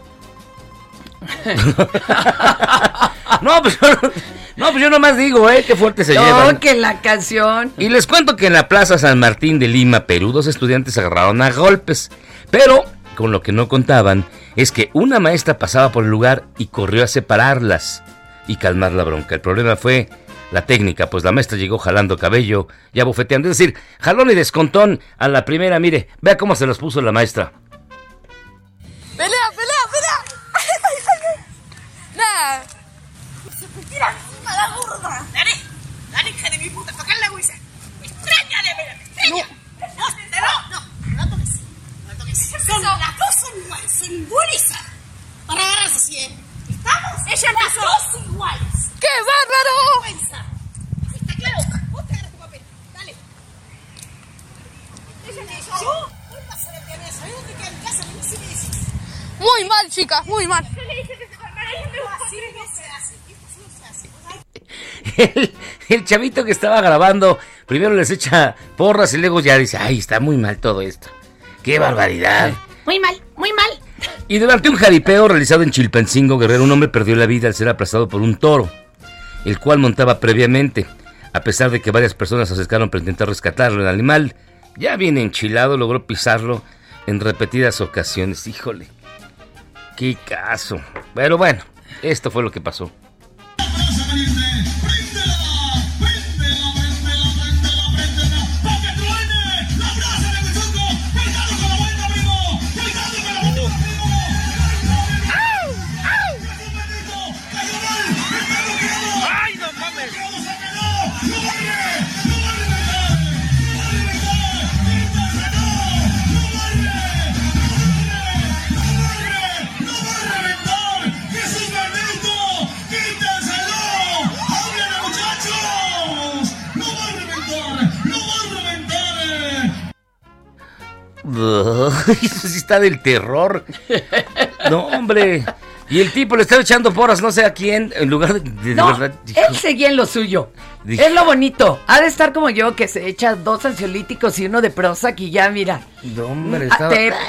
No, pues yo, no, pues yo nomás digo, ¿eh? Qué fuerte se No, llevan. que la canción. Y les cuento que en la Plaza San Martín de Lima, Perú, dos estudiantes se agarraron a golpes. Pero, con lo que no contaban, es que una maestra pasaba por el lugar y corrió a separarlas y calmar la bronca. El problema fue la técnica, pues la maestra llegó jalando cabello y abofeteando. Es decir, jalón y descontón a la primera. Mire, vea cómo se los puso la maestra. ¡Pelea, pelea, pelea! ¡Nada! ¡Se te tira encima la gorda! ¡Dale! ¡Dale, hija de mi puta! ¡Tocar la huesa! ¡Extrañale, mira! ¡Extraña! ¡No! ¡No! ¡No! ¡No la toques! ¡No la toques! Son, las dos son iguales, son iguales para agarrarse así, ¿eh? ¿Estamos? ¡Ella las dos iguales! ¡Qué bárbaro! ¿Está claro? Vos te agarras tu papel. Dale. Ella me dijo, yo voy a pasar el día de eso. ¿Dónde queda mi casa? Vení si me decís. Muy mal, chicas, muy mal. Yo le dije que se calmara y me gustó. Así no se hace. Esto no se hace. El, el chavito que estaba grabando, primero les echa porras y luego ya dice, ay, está muy mal todo esto. ¡Qué barbaridad! Muy mal, muy mal. Y durante un jaripeo realizado en Chilpancingo, Guerrero, un hombre perdió la vida al ser aplastado por un toro, el cual montaba previamente. A pesar de que varias personas se acercaron para intentar rescatarlo, el animal, ya bien enchilado, logró pisarlo en repetidas ocasiones. Híjole, qué caso. Pero bueno, esto fue lo que pasó. ¡Préndela! ¡Préndela! ¡Préndela! ¡Préndela! Eso sí está del terror. No, hombre. Y el tipo le estaba echando porras, no sé a quién, en lugar de... de no, verdad, dijo, él seguía en lo suyo. Dijo, es lo bonito. Ha de estar como yo, que se echa dos ansiolíticos y uno de Prozac y ya, mira. No, hombre, Ah, estaba... te-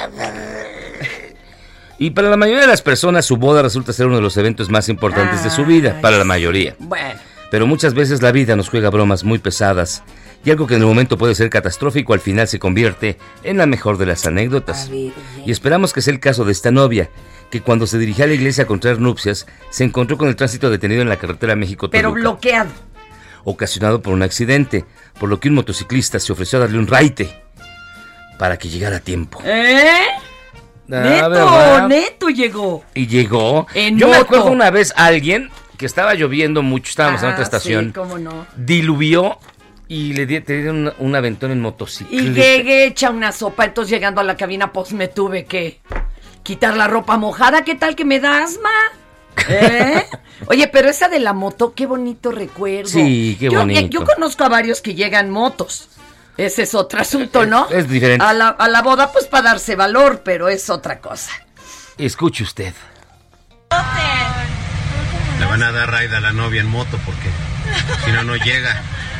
Y para la mayoría de las personas, su boda resulta ser uno de los eventos más importantes de su vida, para la mayoría. Bueno. Pero muchas veces la vida nos juega bromas muy pesadas, y algo que en el momento puede ser catastrófico, al final se convierte en la mejor de las anécdotas. Y esperamos que sea el caso de esta novia, que cuando se dirigía a la iglesia a contraer nupcias, se encontró con el tránsito detenido en la carretera México-Toluca. Pero bloqueado. Ocasionado por un accidente, por lo que un motociclista se ofreció a darle un raite para que llegara a tiempo. ¿Eh? Ah, Neto, ¿verdad? Neto llegó. Y llegó. En Yo me moto. acuerdo una vez alguien que estaba lloviendo mucho, estábamos en Ah, otra estación, sí, cómo no. diluvió y le di- te dieron un, un aventón en motocicleta. Y llegué hecha una sopa, entonces llegando a la cabina, pues me tuve que quitar la ropa mojada. ¿Qué tal que me da asma? ¿Eh? Oye, pero esa de la moto, qué bonito recuerdo. Sí, qué Yo- bonito. Yo, conozco a varios que llegan motos. Ese es otro asunto, ¿no? Es diferente. A la, a la boda, pues para darse valor, pero es otra cosa. Escuche usted. Le van a dar raid a la novia en moto porque si no, no llega.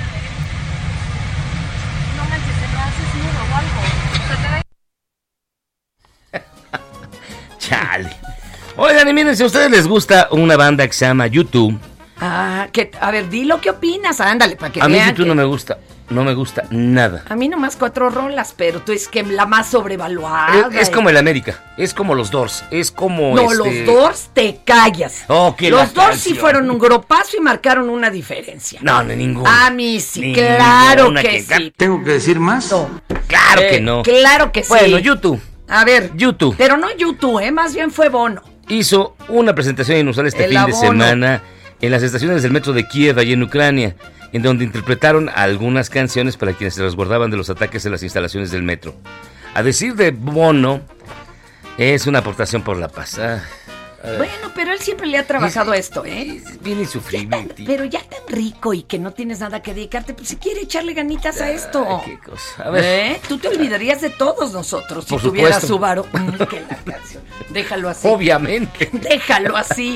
No manches, se me haces nudo o algo. Se te da- Chale. Oigan, y miren, si a ustedes les gusta una banda que se llama U dos, Ah, que, a ver, di lo que opinas, ándale, para que a mí vean U dos que- no me gusta, no me gusta nada. A mí nomás cuatro rolas, pero tú es que la más sobrevaluada. Es, es como el América, es como los Doors, es como No, este... los Doors te callas. Oh, que la Los Doors sí canción. fueron un gropazo y marcaron una diferencia. No, no, ninguna. A mí sí, Ninguna claro que, que- sí. ¿Tengo que decir más? Claro Eh, que no. Claro que sí. Bueno, U dos. A ver. U dos. Pero no YouTube, ¿eh? Más bien fue Bono. Hizo una presentación inusual este El fin de abono. semana en las estaciones del metro de Kiev, allí en Ucrania, en donde interpretaron algunas canciones para quienes se resguardaban de los ataques en las instalaciones del metro. A decir de Bono, es una aportación por la paz. Ah, ah, Bueno, pero él siempre le ha trabajado a esto, ¿eh? bien insufrible, tío. Pero ya tan rico y que no tienes nada que dedicarte, pues si quiere echarle ganitas a esto. qué cosa. A ver. ¿Eh? Tú te olvidarías de todos nosotros si Por tuvieras supuesto. Subaru. Mm, que la canción. Déjalo así. Obviamente. Déjalo así.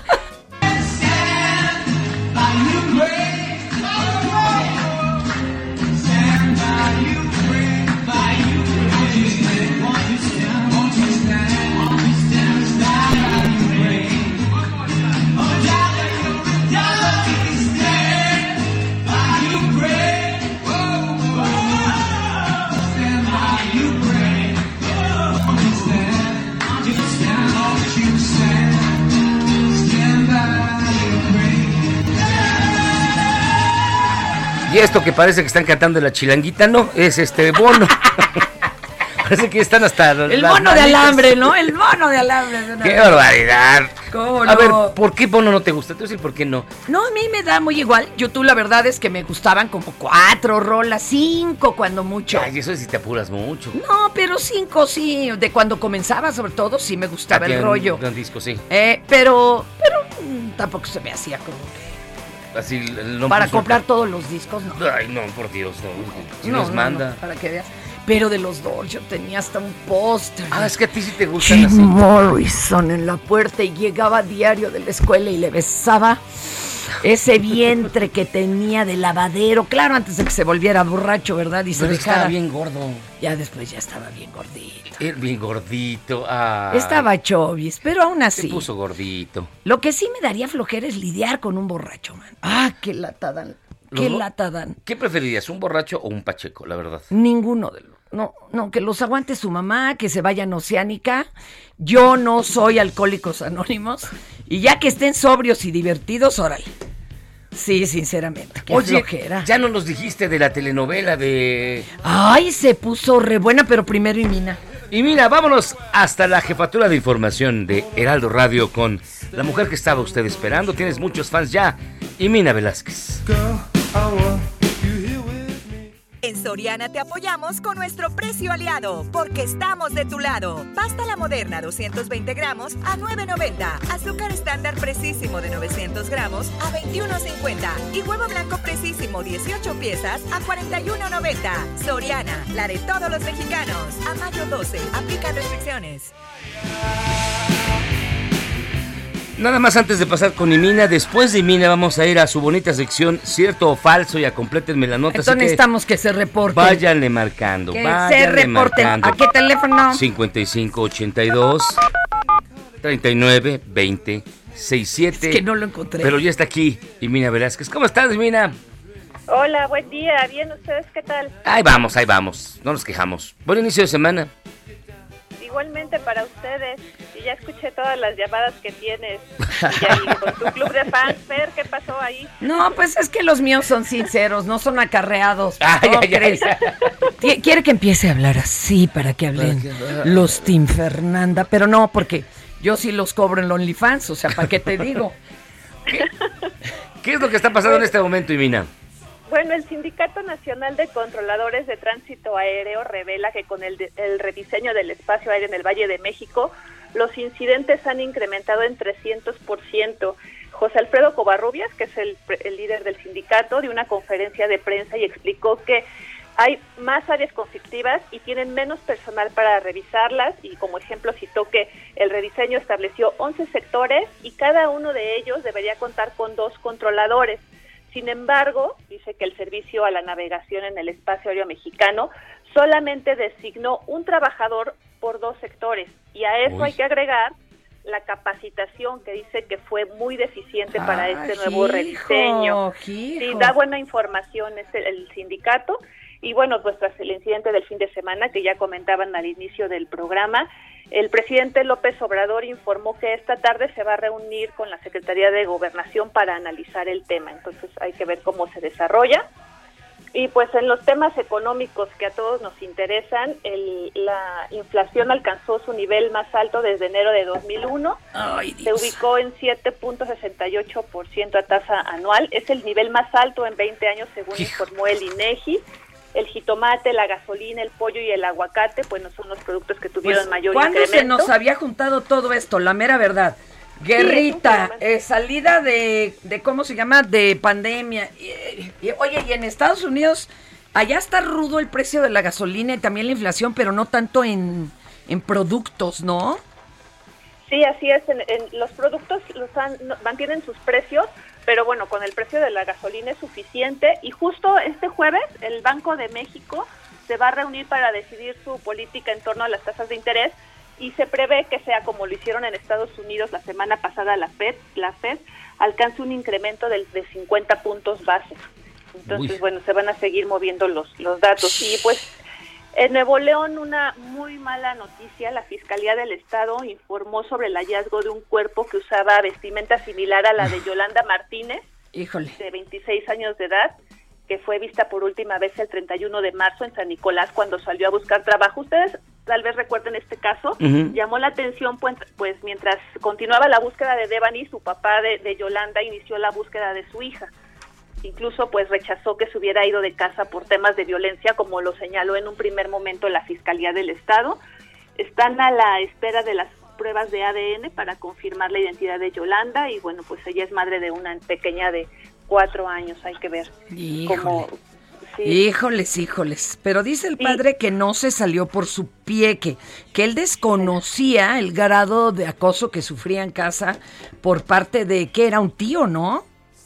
Y esto que parece que están cantando la chilanguita, no, es este Bono. Parece que están hasta El las mono de manitas. alambre, ¿no? El mono de alambre. de una ¡Qué vez. barbaridad! ¿Cómo A no? ver, ¿por qué Bono no te gusta? Te voy a decir por qué no. No, a mí me da muy igual. YouTube, la verdad es que me gustaban como cuatro rolas, cinco cuando mucho. Ay, eso es si te apuras mucho. No, pero cinco sí. De cuando comenzaba, sobre todo, sí me gustaba Aquí el en rollo. Gran disco, sí. Eh, pero, pero mm, tampoco se me hacía como que Así, el- no para puso- comprar todos los discos, no. Ay, no, por Dios, no. Si No, nos no, manda. no, para que veas. Pero de los Doors yo tenía hasta un póster. Ah, es que a ti sí te gustan Jim así. Morrison en la puerta y llegaba diario de la escuela y le besaba ese vientre que tenía de lavadero. Claro, antes de que se volviera borracho, ¿verdad? Y se Pero dejara. estaba bien gordo. Ya después ya estaba bien gordito. Era bien gordito. Ah. Estaba chovis, pero aún Se así. puso gordito. Lo que sí me daría flojera es lidiar con un borracho, man. Ah, qué lata dan. Qué Los- lata dan. ¿Qué preferirías, un borracho o un pacheco, la verdad? Ninguno de los. No, no, que los aguante su mamá, que se vayan a Oceánica. Yo no soy Alcohólicos Anónimos. Y ya que estén sobrios y divertidos, órale. Sí, sinceramente. Qué Oye, flojera. ya no nos dijiste de la telenovela de... Ay, se puso re buena, pero primero y mina. Y mira, vámonos hasta la jefatura de información de Heraldo Radio con la mujer que estaba usted esperando. Tienes muchos fans ya, Imina Velázquez. En Soriana te apoyamos con nuestro precio aliado, porque estamos de tu lado. Pasta La Moderna doscientos veinte gramos a nueve noventa. Azúcar estándar Precisísimo de novecientos gramos a veintiuno cincuenta. Y huevo blanco Precisísimo dieciocho piezas a cuarenta y uno noventa. Soriana, la de todos los mexicanos. A mayo doce, aplica restricciones. Nada más antes de pasar con Imina, después de Imina vamos a ir a su bonita sección Cierto o Falso, y a complétenme la nota. Entonces necesitamos que se reporten. Váyanle marcando, que váyanle se reporten. marcando. ¿A qué teléfono? cincuenta y cinco ochenta y dos treinta y nueve veinte sesenta y siete. Es que no lo encontré. Pero ya está aquí Imina Velázquez. ¿Cómo estás, Imina? Hola, buen día. Bien, ¿ustedes qué tal? Ahí vamos, ahí vamos. No nos quejamos. Buen inicio de semana. Igualmente para ustedes. Y ya escuché todas las llamadas que tienes. Y con tu club de fans, Fer, ¿qué pasó ahí? No, pues es que los míos son sinceros, no son acarreados. Ay, ¿No ay, crees? Qui- Quiere que empiece a hablar así para que hablen los Team Fernanda, pero no, porque yo sí los cobro en el OnlyFans, o sea, ¿para qué te digo? ¿Qué es lo que está pasando en este momento, Imina? Bueno, el Sindicato Nacional de Controladores de Tránsito Aéreo revela que con el, de- el rediseño del espacio aéreo en el Valle de México, los incidentes han incrementado en trescientos por ciento. José Alfredo Covarrubias, que es el, pre- el líder del sindicato, dio una conferencia de prensa y explicó que hay más áreas conflictivas y tienen menos personal para revisarlas, y como ejemplo citó que el rediseño estableció once sectores y cada uno de ellos debería contar con dos controladores. Sin embargo, dice que el servicio a la navegación en el espacio aéreo mexicano solamente designó un trabajador por dos sectores, y a eso Uy. hay que agregar la capacitación, que dice que fue muy deficiente para Ah, este nuevo hijo, rediseño. hijo. Sí, da buena información este, el sindicato. Y bueno, pues tras el incidente del fin de semana que ya comentaban al inicio del programa, el presidente López Obrador informó que esta tarde se va a reunir con la Secretaría de Gobernación para analizar el tema. Entonces hay que ver cómo se desarrolla. Y pues en los temas económicos que a todos nos interesan, el, la inflación alcanzó su nivel más alto desde enero de dos mil uno. Ay, Se ubicó en siete punto sesenta y ocho por ciento a tasa anual. Es el nivel más alto en veinte años, según informó el INEGI. El jitomate, la gasolina, el pollo y el aguacate, bueno, son los productos que tuvieron Pues, mayor ¿cuándo incremento. se nos había juntado todo esto? La mera verdad. Guerrita, eh, salida de, de, ¿cómo se llama? De pandemia. Y, y, oye, y en Estados Unidos, allá está rudo el precio de la gasolina y también la inflación, pero no tanto en, en productos, ¿no? Sí, así es. En, en los productos los han- no- mantienen sus precios, pero bueno, con el precio de la gasolina es suficiente. Y justo este jueves el Banco de México se va a reunir para decidir su política en torno a las tasas de interés, y se prevé que sea como lo hicieron en Estados Unidos la semana pasada la Fed, la Fed alcance un incremento del, de cincuenta puntos base. Entonces, Uy. bueno, se van a seguir moviendo los, los datos. Y pues en Nuevo León, una muy mala noticia: la Fiscalía del Estado informó sobre el hallazgo de un cuerpo que usaba vestimenta similar a la de Yolanda Martínez, Híjole. de veintiséis años de edad, que fue vista por última vez el treinta y uno de marzo en San Nicolás cuando salió a buscar trabajo. Ustedes tal vez recuerden este caso. Ujú. Llamó la atención pues, pues mientras continuaba la búsqueda de Devani, su papá de, de Yolanda inició la búsqueda de su hija. Incluso pues rechazó que se hubiera ido de casa por temas de violencia, como lo señaló en un primer momento la Fiscalía del Estado. Están a la espera de las pruebas de A D N para confirmar la identidad de Yolanda, y bueno, pues ella es madre de una pequeña de cuatro años. Hay que ver Híjole. cómo... sí. Híjoles, híjoles. Pero dice el padre que no se salió por su pie, que, que él desconocía el grado de acoso que sufría en casa por parte de que era un tío, ¿no?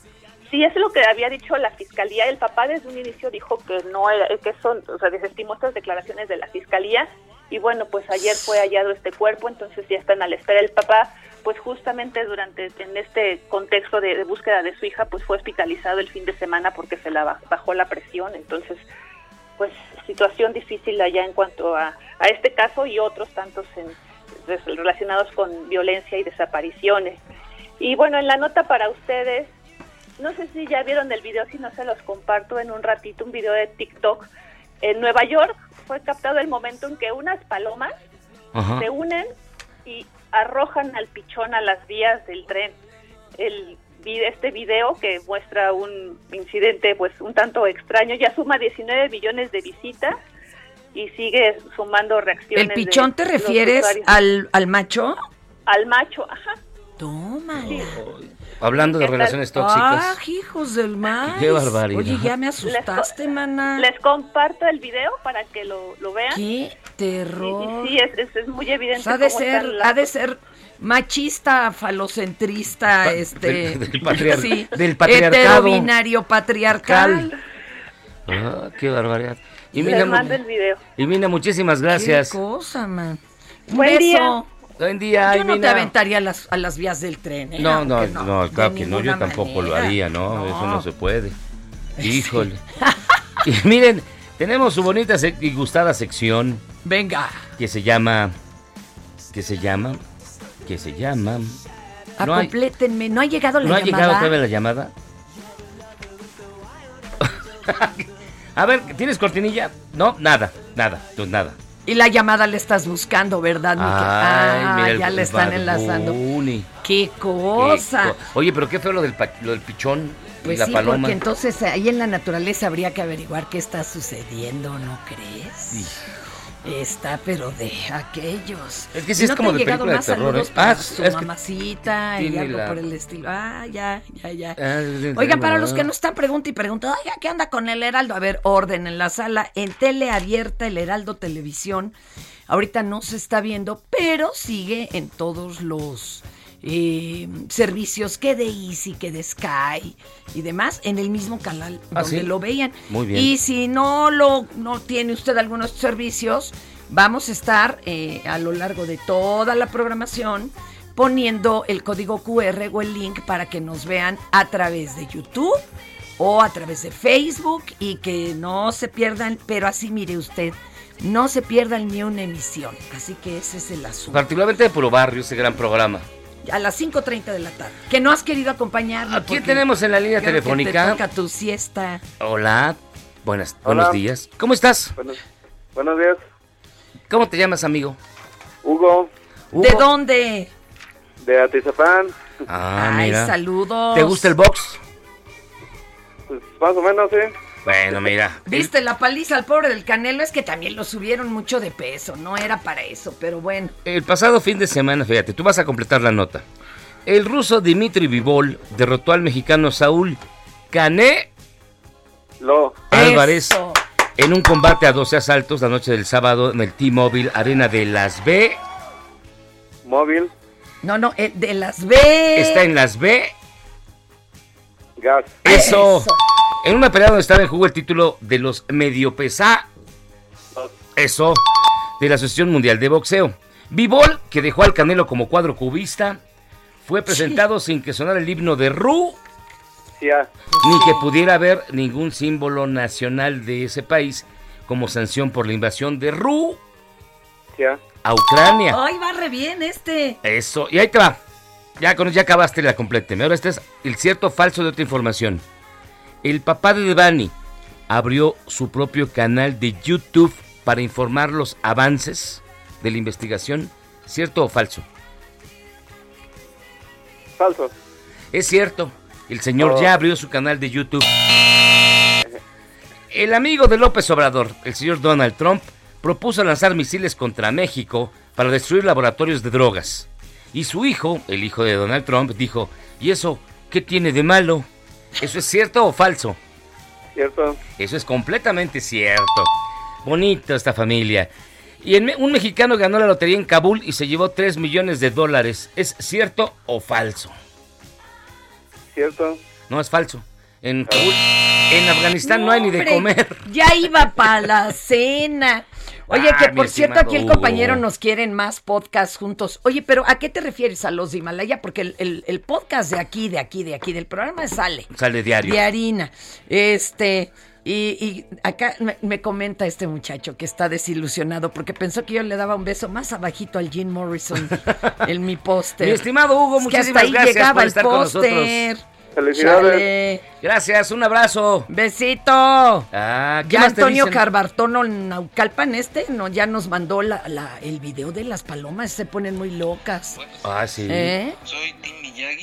Sí, es lo que había dicho la Fiscalía. El papá desde un inicio dijo que no era, que son, o sea, desestimó estas declaraciones de la Fiscalía, y bueno, pues ayer fue hallado este cuerpo, entonces ya están a la espera. El papá, pues justamente durante, en este contexto de, de búsqueda de su hija, pues fue hospitalizado el fin de semana porque se la bajó la presión. Entonces, pues situación difícil allá en cuanto a, a este caso y otros tantos en, relacionados con violencia y desapariciones. Y bueno, en la nota para ustedes, no sé si ya vieron el video, si no se los comparto en un ratito, un video de TikTok. En Nueva York fue captado el momento en que unas palomas Ajá. se unen y arrojan al pichón a las vías del tren. El vi- este video que muestra un incidente pues un tanto extraño. Ya suma diecinueve millones de visitas y sigue sumando reacciones. ¿El pichón de te los refieres usuarios. al, al macho? Al macho, ajá. Toma. Sí. Hablando de ¿Qué tal? relaciones tóxicas. Ah, hijos del mar. Qué barbaridad. Oye, ya me asustaste, mana. Les comparto el video para que lo, lo vean. Qué terror. Sí, sí, es, es, es muy evidente. Pues ha de cómo ser, están las- ha de ser machista, falocentrista, Pa- este, del- del patriar- sí, del patriarcado. heterobinario patriarcal. Ah, qué barbaridad. Y Les mira, mando el video. y Mina, muchísimas gracias. Qué cosa, man. Un Buen beso. día. Buen día, Yo no te Mina. aventaría a las, a las vías del tren, ¿eh? No, no, Aunque no, claro de que no, yo ninguna tampoco lo manera. haría, ¿no? No. Eso no se puede. Híjole. Y miren, tenemos su bonita sec- y gustada sección Venga. que se llama, que se llama, que se llama. No hay, Acomplétenme. ¿No ha llegado la ¿no ha llamada? llegado todavía la llamada? A ver, ¿tienes cortinilla? No, nada, nada, pues nada. Y la llamada la estás buscando, ¿verdad, Miquel? Ay, Ah, mira el ya le están Bad enlazando. Bunny. ¡Qué cosa! Qué co- Oye, pero qué feo lo del, pa- lo del pichón Pues y la sí, paloma. porque entonces ahí en la naturaleza habría que averiguar qué está sucediendo, ¿no crees? Sí. Está, pero de aquellos. Es que sí ¿Y es no como te han de llegado película de más terror, saludos ¿eh? para Ah, su es que mamacita y tiene algo la- por el estilo? Ah, ya, ya, ya. Ah, Oigan, para ah. los que no están pregunta y pregunta, oiga, ¿qué onda con el Heraldo? A ver, orden en la sala, en tele abierta, el Heraldo Televisión. Ahorita no se está viendo, pero sigue en todos los eh, servicios que de Easy, que de Sky y demás, en el mismo canal ¿Ah, donde sí? lo veían. Muy bien. Y si no lo no tiene usted algunos servicios, vamos a estar eh, a lo largo de toda la programación poniendo el código cu erre o el link para que nos vean a través de YouTube o a través de Facebook y que no se pierdan, pero así mire usted, no se pierdan ni una emisión. Así que ese es el asunto. Particularmente de Puro Barrio, ese gran programa. A las cinco treinta de la tarde. Que no has querido acompañarme. ¿A quién porque tenemos en la línea creo que telefónica? te toca tu siesta. Hola, buenas, Hola. buenos días. ¿Cómo estás? Buenos, buenos días, ¿Cómo te llamas, amigo? Hugo, Hugo. ¿De dónde? de Atizapán. Ah, Ay, mira. saludos. ¿Te gusta el box? Pues más o menos, sí. Bueno, mira. el- ¿Viste la paliza al pobre del Canelo? Es que también lo subieron mucho de peso, no era para eso, pero bueno. El pasado fin de semana, fíjate, tú vas a completar la nota. El ruso Dimitri Bivol derrotó al mexicano Saúl Cané Lo. Álvarez Eso. en un combate a doce asaltos la noche del sábado en el T-Mobile Arena de Las B. Móvil, No, no, eh, de las B. Está en Las B. gas. Eso. Eso. En una pelea donde estaba en juego el título de los medio pesá. Eso. De la Asociación Mundial de Boxeo. Bivol, que dejó al Canelo como cuadro cubista, fue presentado sin que sonara el himno de Ru, Ya. ni que pudiera haber ningún símbolo nacional de ese país como sanción por la invasión de Ru Ya. a Ucrania. Ay, va re bien este. Eso, y ahí te va. Ya con ya acabaste la compléteme. Ahora este es el cierto o falso de otra información. El papá de Devani abrió su propio canal de YouTube para informar los avances de la investigación. ¿Cierto o falso? Falso. Es cierto. El señor Oh. ya abrió su canal de YouTube. El amigo de López Obrador, el señor Donald Trump, propuso lanzar misiles contra México para destruir laboratorios de drogas. Y su hijo, el hijo de Donald Trump, dijo, ¿y eso qué tiene de malo? ¿Eso es cierto o falso? Cierto. Eso es completamente cierto. Bonito esta familia. Y en me- un mexicano ganó la lotería en Kabul y se llevó tres millones de dólares. ¿Es cierto o falso? Cierto. No, es falso. En Kabul, en Afganistán no, hay ni de Hombre, comer. Ya iba para la cena. Oye, Ah, que mi por cierto, estimado aquí el Hugo. compañero nos quieren más podcasts juntos. Oye, pero ¿a qué te refieres a los de Himalaya? Porque el, el- el podcast de aquí, de aquí, de aquí, del programa sale. Sale diario. De harina. Este, y, y acá me, me comenta este muchacho que está desilusionado porque pensó que yo le daba un beso más abajito al Jim Morrison en mi póster. Mi estimado Hugo, Es que hasta muchísimas ahí gracias llegaba por el estar con nosotros. póster. Felicidades. Chale. Gracias, un abrazo. Besito. Ah, ¿qué Ya más te Antonio dicen? Carbartono Naucalpan este no, ya nos mandó la, la- el video de las palomas, se ponen muy locas. Ah, sí. ¿Eh? Soy Tim Miyagi.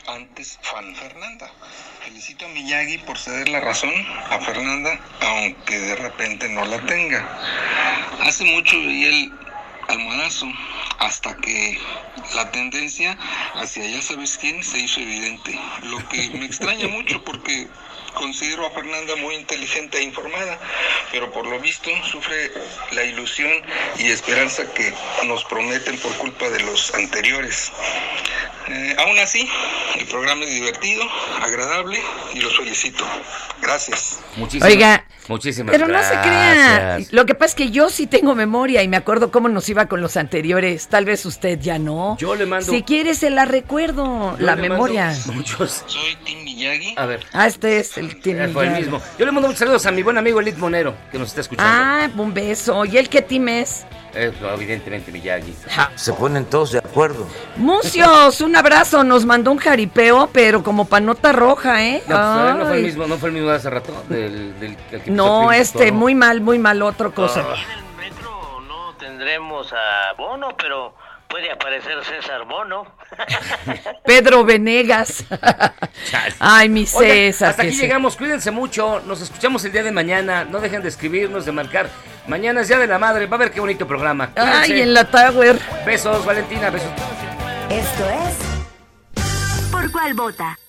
antes fan. Fernanda, felicito a Miyagi por ceder la razón a Fernanda, aunque de repente no la tenga. Hace mucho veía el almohadazo, hasta que la tendencia hacia ya sabes quién se hizo evidente, lo que me extraña mucho porque considero a Fernanda muy inteligente e informada, pero por lo visto sufre la ilusión y esperanza que nos prometen por culpa de los anteriores. Eh, aún así, el programa es divertido, agradable y los felicito. Gracias. Muchísimas, Oiga, muchísimas pero gracias. no se crea. Lo que pasa es que yo sí tengo memoria y me acuerdo cómo nos iba con los anteriores. Tal vez usted ya no. Yo le mando. Si quiere se la recuerdo, Yo la le memoria. mando Muchos. Soy Tim Miyagi. A ver. Ah, este es el Tim Eh, Fue el Miyagi. mismo. Yo le mando muchos saludos a mi buen amigo Elit Monero, que nos está escuchando. Ah, un beso. ¿Y él qué team es? Eh, no, evidentemente Miyagi. Se ponen todos de acuerdo. Mucios, un abrazo. Nos mandó un jaripeo, pero como panota roja, ¿eh? No, pues, no fue el Ay. mismo, no fue el mismo de hace rato. Del, del, el que No, puso este, todo. muy mal, muy mal, otra cosa. Ah. No tendremos a Bono, pero puede aparecer César Bono. Pedro Venegas. Ay, mi Oigan, César. hasta que aquí se- llegamos, cuídense mucho, nos escuchamos el día de mañana, no dejen de escribirnos, de marcar. Mañana es Día de la Madre, va a ver qué bonito programa. Ay, Cuídense. en la Tower. Besos, Valentina, besos. Esto es ¿Por cuál vota?